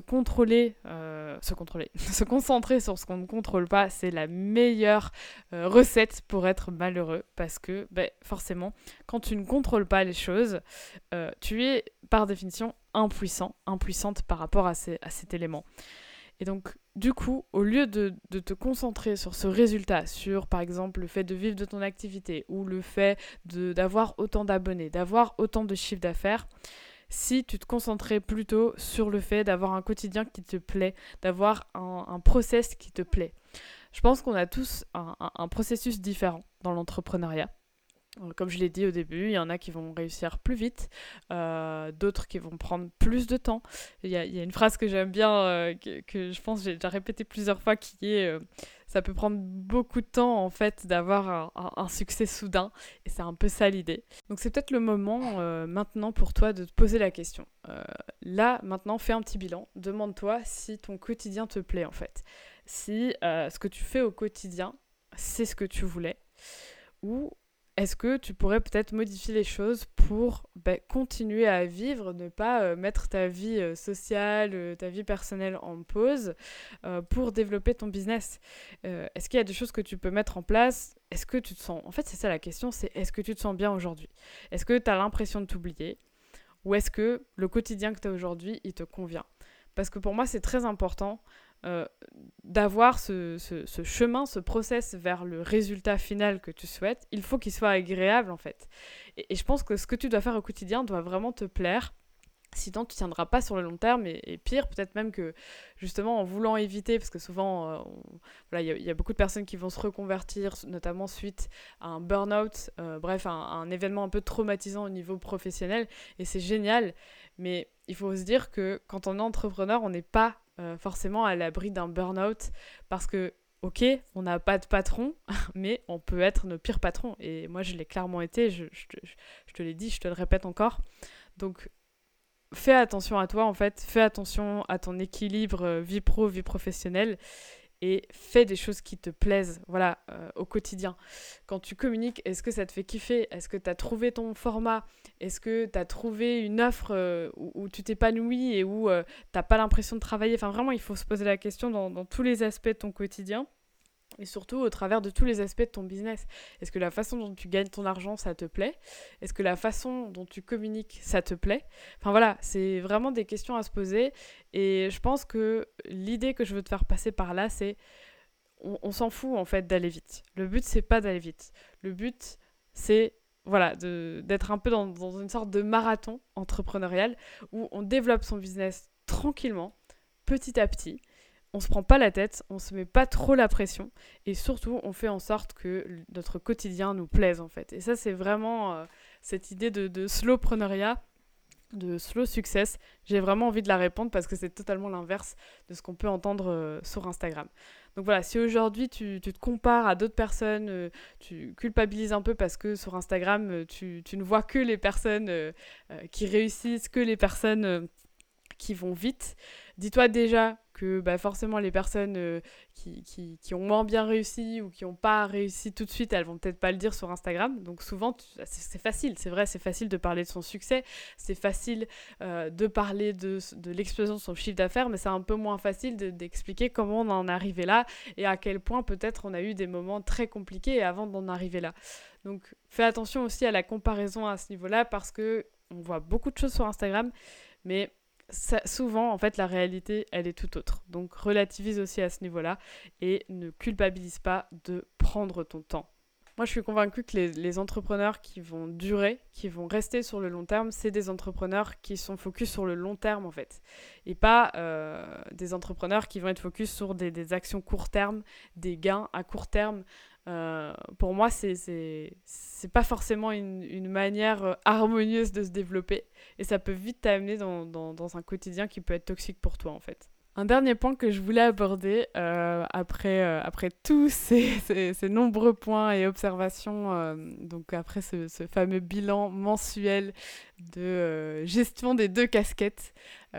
concentrer sur ce qu'on ne contrôle pas, c'est la meilleure recette pour être malheureux, parce que forcément, quand tu ne contrôles pas les choses, tu es par définition impuissante par rapport à cet élément. Et donc, du coup, au lieu de te concentrer sur ce résultat, sur par exemple le fait de vivre de ton activité, ou le fait d'avoir autant d'abonnés, d'avoir autant de chiffre d'affaires, si tu te concentrais plutôt sur le fait d'avoir un quotidien qui te plaît, d'avoir un process qui te plaît. Je pense qu'on a tous un processus différent dans l'entrepreneuriat. Comme je l'ai dit au début, il y en a qui vont réussir plus vite, d'autres qui vont prendre plus de temps. Il y a une phrase que j'aime bien, que je pense que j'ai déjà répétée plusieurs fois, qui est ça peut prendre beaucoup de temps en fait d'avoir un succès soudain, et c'est un peu ça l'idée. Donc c'est peut-être le moment maintenant pour toi de te poser la question. Là, maintenant, fais un petit bilan, demande-toi si ton quotidien te plaît en fait. Si ce que tu fais au quotidien, c'est ce que tu voulais, ou est-ce que tu pourrais peut-être modifier les choses pour continuer à vivre, ne pas mettre ta vie sociale, ta vie personnelle en pause pour développer ton business? Est-ce qu'il y a des choses que tu peux mettre en place? Est-ce que tu te sens... En fait, c'est ça la question, c'est est-ce que tu te sens bien aujourd'hui? Est-ce que tu as l'impression de t'oublier? Ou est-ce que le quotidien que tu as aujourd'hui, il te convient? Parce que pour moi, c'est très important d'avoir ce chemin, ce process vers le résultat final que tu souhaites. Il faut qu'il soit agréable en fait. Et je pense que ce que tu dois faire au quotidien doit vraiment te plaire. Sinon, tu ne tiendras pas sur le long terme, et pire, peut-être même que justement en voulant éviter, parce que souvent, il y a beaucoup de personnes qui vont se reconvertir, notamment suite à un burn-out, un événement un peu traumatisant au niveau professionnel, et c'est génial, mais il faut se dire que quand on est entrepreneur, on n'est pas forcément à l'abri d'un burn-out, parce que ok, on n'a pas de patron, mais on peut être nos pires patrons, et moi je l'ai clairement été, je te l'ai dit, je te le répète encore. Donc fais attention à toi en fait, fais attention à ton équilibre vie pro, vie professionnelle, et fais des choses qui te plaisent, voilà, au quotidien. Quand tu communiques, est-ce que ça te fait kiffer? Est-ce que tu as trouvé ton format? Est-ce que tu as trouvé une offre où tu t'épanouis et où tu n'as pas l'impression de travailler? Enfin, vraiment, il faut se poser la question dans tous les aspects de ton quotidien. Et surtout au travers de tous les aspects de ton business. Est-ce que la façon dont tu gagnes ton argent, ça te plaît? Est-ce que la façon dont tu communiques, ça te plaît? Enfin voilà, c'est vraiment des questions à se poser. Et je pense que l'idée que je veux te faire passer par là, c'est on s'en fout en fait d'aller vite. Le but, c'est pas d'aller vite. Le but, c'est voilà, d'être un peu dans une sorte de marathon entrepreneurial où on développe son business tranquillement, petit à petit. On se prend pas la tête, on se met pas trop la pression et surtout on fait en sorte que notre quotidien nous plaise en fait. Et ça c'est vraiment cette idée de slowpreneuriat, de slow success. J'ai vraiment envie de la répondre parce que c'est totalement l'inverse de ce qu'on peut entendre sur Instagram. Donc voilà, si aujourd'hui tu te compares à d'autres personnes, tu culpabilises un peu parce que sur Instagram tu ne vois que les personnes qui réussissent, que les personnes qui vont vite. Dis-toi déjà que forcément les personnes qui ont moins bien réussi ou qui n'ont pas réussi tout de suite, elles vont peut-être pas le dire sur Instagram. Donc souvent, c'est facile, c'est vrai, c'est facile de parler de son succès, c'est facile de parler de l'explosion de son chiffre d'affaires, mais c'est un peu moins facile d'expliquer comment on en est arrivé là et à quel point peut-être on a eu des moments très compliqués avant d'en arriver là. Donc fais attention aussi à la comparaison à ce niveau-là parce que on voit beaucoup de choses sur Instagram, mais souvent, en fait, la réalité, elle est tout autre. Donc, relativise aussi à ce niveau-là et ne culpabilise pas de prendre ton temps. Moi, je suis convaincue que les entrepreneurs qui vont durer, qui vont rester sur le long terme, c'est des entrepreneurs qui sont focus sur le long terme, en fait. Et pas des entrepreneurs qui vont être focus sur des actions court terme, des gains à court terme. Pour moi, c'est pas forcément une manière harmonieuse de se développer et ça peut vite t'amener dans un quotidien qui peut être toxique pour toi en fait. Un dernier point que je voulais aborder après tous ces nombreux points et observations, donc après ce fameux bilan mensuel de gestion des deux casquettes,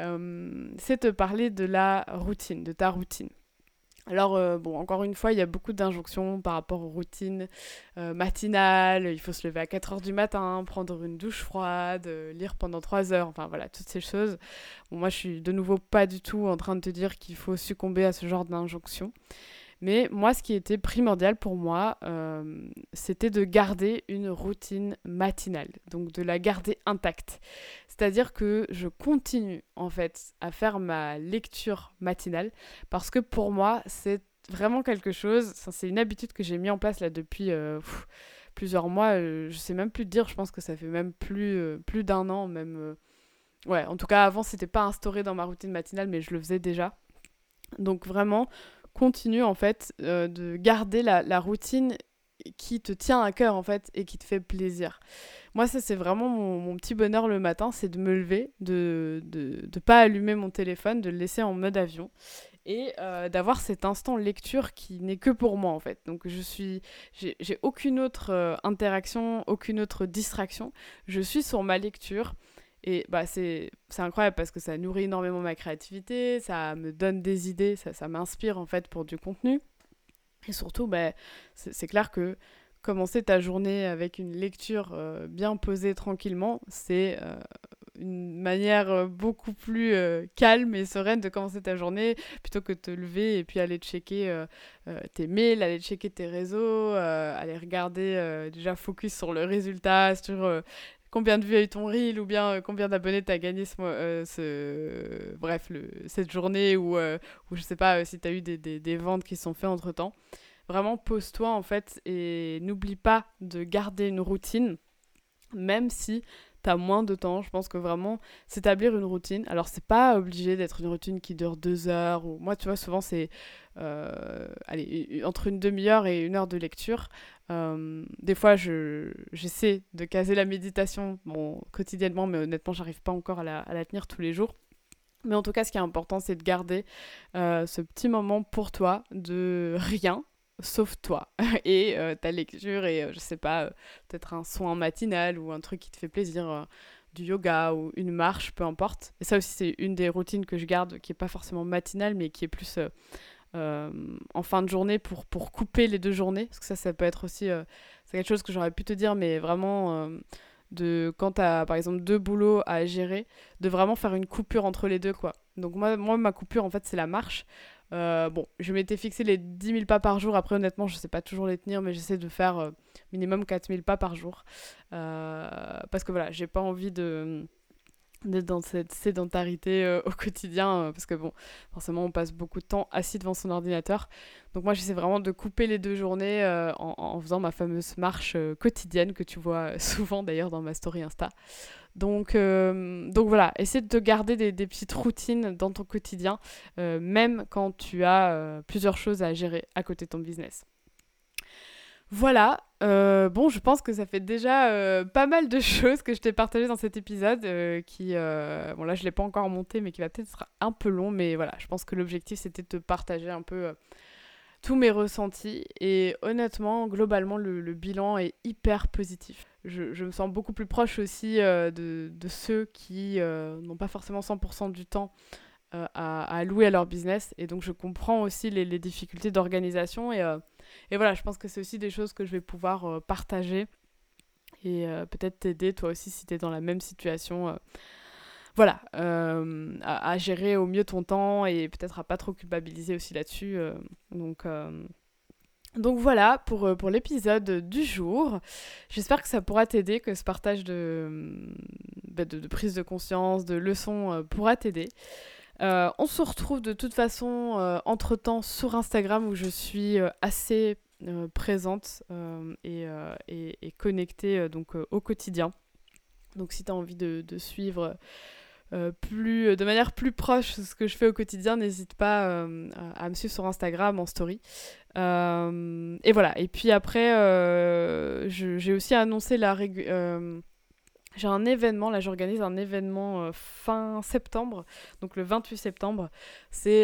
c'est de parler de la routine, de ta routine. Alors, encore une fois, il y a beaucoup d'injonctions par rapport aux routines matinales. Il faut se lever à 4 heures du matin, prendre une douche froide, lire pendant 3 heures, enfin voilà, toutes ces choses. Bon, moi, je suis de nouveau pas du tout en train de te dire qu'il faut succomber à ce genre d'injonctions. Mais moi, ce qui était primordial pour moi, c'était de garder une routine matinale, donc de la garder intacte. C'est-à-dire que je continue en fait à faire ma lecture matinale parce que pour moi, c'est vraiment quelque chose, c'est une habitude que j'ai mis en place là depuis plusieurs mois. Je sais même plus te dire, je pense que ça fait même plus d'un an, même. Ouais, en tout cas, avant, c'était pas instauré dans ma routine matinale, mais je le faisais déjà. Donc vraiment, continue en fait de garder la routine qui te tient à cœur en fait et qui te fait plaisir. Moi ça c'est vraiment mon petit bonheur le matin, c'est de me lever, de pas allumer mon téléphone, de le laisser en mode avion et d'avoir cet instant lecture qui n'est que pour moi en fait. Donc j'ai aucune autre interaction, aucune autre distraction. Je suis sur ma lecture. Et c'est incroyable parce que ça nourrit énormément ma créativité, ça me donne des idées, ça m'inspire en fait pour du contenu. Et surtout, c'est clair que commencer ta journée avec une lecture bien posée tranquillement, c'est une manière beaucoup plus calme et sereine de commencer ta journée plutôt que de te lever et puis aller checker tes mails, aller checker tes réseaux, aller regarder déjà focus sur le résultat, sur combien de vues a eu ton reel ou bien combien d'abonnés t'as gagné cette journée ou je sais pas si t'as eu des ventes qui se sont faites entre temps. Vraiment pose-toi en fait et n'oublie pas de garder une routine même si t'as moins de temps. Je pense que vraiment s'établir une routine, alors c'est pas obligé d'être une routine qui dure 2 heures ou moi tu vois souvent c'est entre une demi-heure et 1 heure de lecture. Des fois j'essaie de caser la méditation quotidiennement, mais honnêtement j'arrive pas encore à la tenir tous les jours. Mais en tout cas, ce qui est important, c'est de garder ce petit moment pour toi de rien, sauf toi et ta lecture et je sais pas, peut-être un soin matinal ou un truc qui te fait plaisir, du yoga ou une marche, peu importe. Et ça aussi, c'est une des routines que je garde qui est pas forcément matinale, mais qui est plus en fin de journée pour couper les 2 journées. Parce que ça peut être aussi... c'est quelque chose que j'aurais pu te dire, mais vraiment... quand tu as par exemple 2 boulots à gérer, de vraiment faire une coupure entre les deux, quoi. Donc moi ma coupure, en fait, c'est la marche. Bon, je m'étais fixé les 10 000 pas par jour. Après, honnêtement, je sais pas toujours les tenir, mais j'essaie de faire minimum 4 000 pas par jour. Parce que voilà, j'ai pas envie d'être dans cette sédentarité au quotidien, parce que bon, forcément, on passe beaucoup de temps assis devant son ordinateur. Donc moi, j'essaie vraiment de couper les 2 journées en faisant ma fameuse marche quotidienne que tu vois souvent d'ailleurs dans ma story Insta. Donc voilà, essaie de te garder des petites routines dans ton quotidien, même quand tu as plusieurs choses à gérer à côté de ton business. Voilà, bon, je pense que ça fait déjà pas mal de choses que je t'ai partagées dans cet épisode bon là je l'ai pas encore monté mais qui va peut-être être un peu long, mais voilà, je pense que l'objectif c'était de te partager un peu tous mes ressentis et honnêtement, globalement, le bilan est hyper positif. Je me sens beaucoup plus proche aussi de ceux qui n'ont pas forcément 100% du temps à allouer à leur business, et donc je comprends aussi les difficultés d'organisation et voilà, je pense que c'est aussi des choses que je vais pouvoir partager et peut-être t'aider toi aussi si tu es dans la même situation, voilà, à gérer au mieux ton temps et peut-être à pas trop culpabiliser aussi là-dessus. Donc voilà pour l'épisode du jour. J'espère que ça pourra t'aider, que ce partage de prise de conscience, de leçons pourra t'aider. On se retrouve de toute façon entre-temps sur Instagram où je suis assez présente et connectée au quotidien. Donc si tu as envie de suivre de manière plus proche ce que je fais au quotidien, n'hésite pas à me suivre sur Instagram en story. Et voilà, et puis après j'ai aussi annoncé j'ai un événement, là j'organise un événement fin septembre, donc le 28 septembre. C'est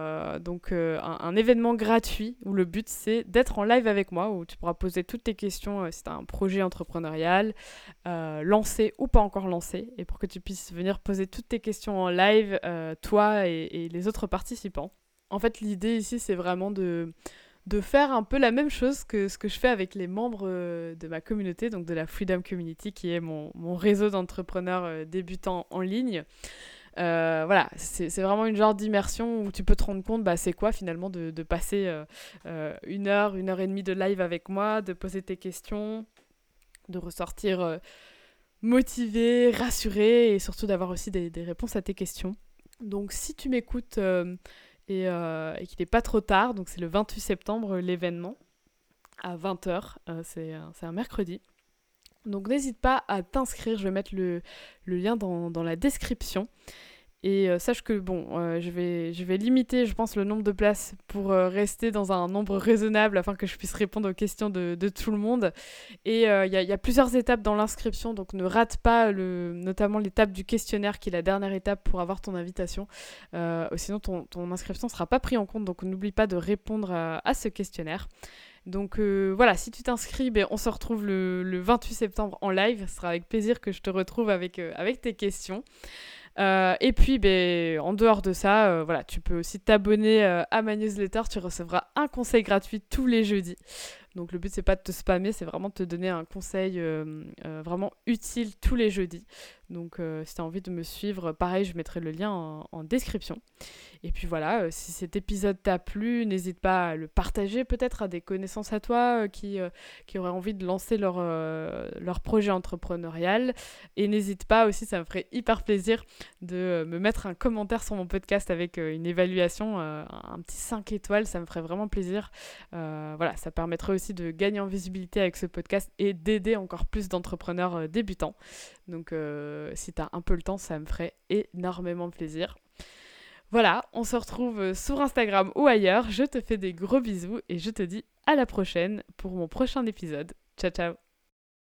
un événement gratuit où le but c'est d'être en live avec moi, où tu pourras poser toutes tes questions si tu as un projet entrepreneurial, lancé ou pas encore lancé, et pour que tu puisses venir poser toutes tes questions en live, toi et les autres participants. En fait, l'idée ici c'est vraiment de faire un peu la même chose que ce que je fais avec les membres de ma communauté, donc de la Freedom Community, qui est mon réseau d'entrepreneurs débutants en ligne. Voilà, c'est vraiment une genre d'immersion où tu peux te rendre compte, c'est quoi finalement de passer 1 heure et demie de live avec moi, de poser tes questions, de ressortir motivé, rassuré, et surtout d'avoir aussi des réponses à tes questions. Donc si tu m'écoutes et qu'il n'est pas trop tard, donc c'est le 28 septembre l'événement, à 20h, c'est un mercredi. Donc n'hésite pas à t'inscrire, je vais mettre le lien dans la description. Et sache que je vais limiter, je pense, le nombre de places pour rester dans un nombre raisonnable afin que je puisse répondre aux questions de tout le monde. Et il y a plusieurs étapes dans l'inscription, donc ne rate pas notamment l'étape du questionnaire qui est la dernière étape pour avoir ton invitation. Sinon, ton inscription ne sera pas prise en compte, donc n'oublie pas de répondre à ce questionnaire. Donc voilà, si tu t'inscris, on se retrouve le 28 septembre en live. Ce sera avec plaisir que je te retrouve avec tes questions. Et puis, en dehors de ça, voilà, tu peux aussi t'abonner à ma newsletter. Tu recevras un conseil gratuit tous les jeudis. Donc le but, c'est pas de te spammer, c'est vraiment de te donner un conseil vraiment utile tous les jeudis. Donc si tu as envie de me suivre, pareil, je mettrai le lien en description. Et puis voilà, si cet épisode t'a plu, n'hésite pas à le partager peut-être à des connaissances à toi qui auraient envie de lancer leur projet entrepreneurial. Et n'hésite pas aussi, ça me ferait hyper plaisir de me mettre un commentaire sur mon podcast avec une évaluation, un petit 5 étoiles, ça me ferait vraiment plaisir. Voilà, ça permettrait aussi de gagner en visibilité avec ce podcast et d'aider encore plus d'entrepreneurs débutants. Donc si tu as un peu le temps, ça me ferait énormément plaisir. Voilà, on se retrouve sur Instagram ou ailleurs. Je te fais des gros bisous et je te dis à la prochaine pour mon prochain épisode. Ciao ciao.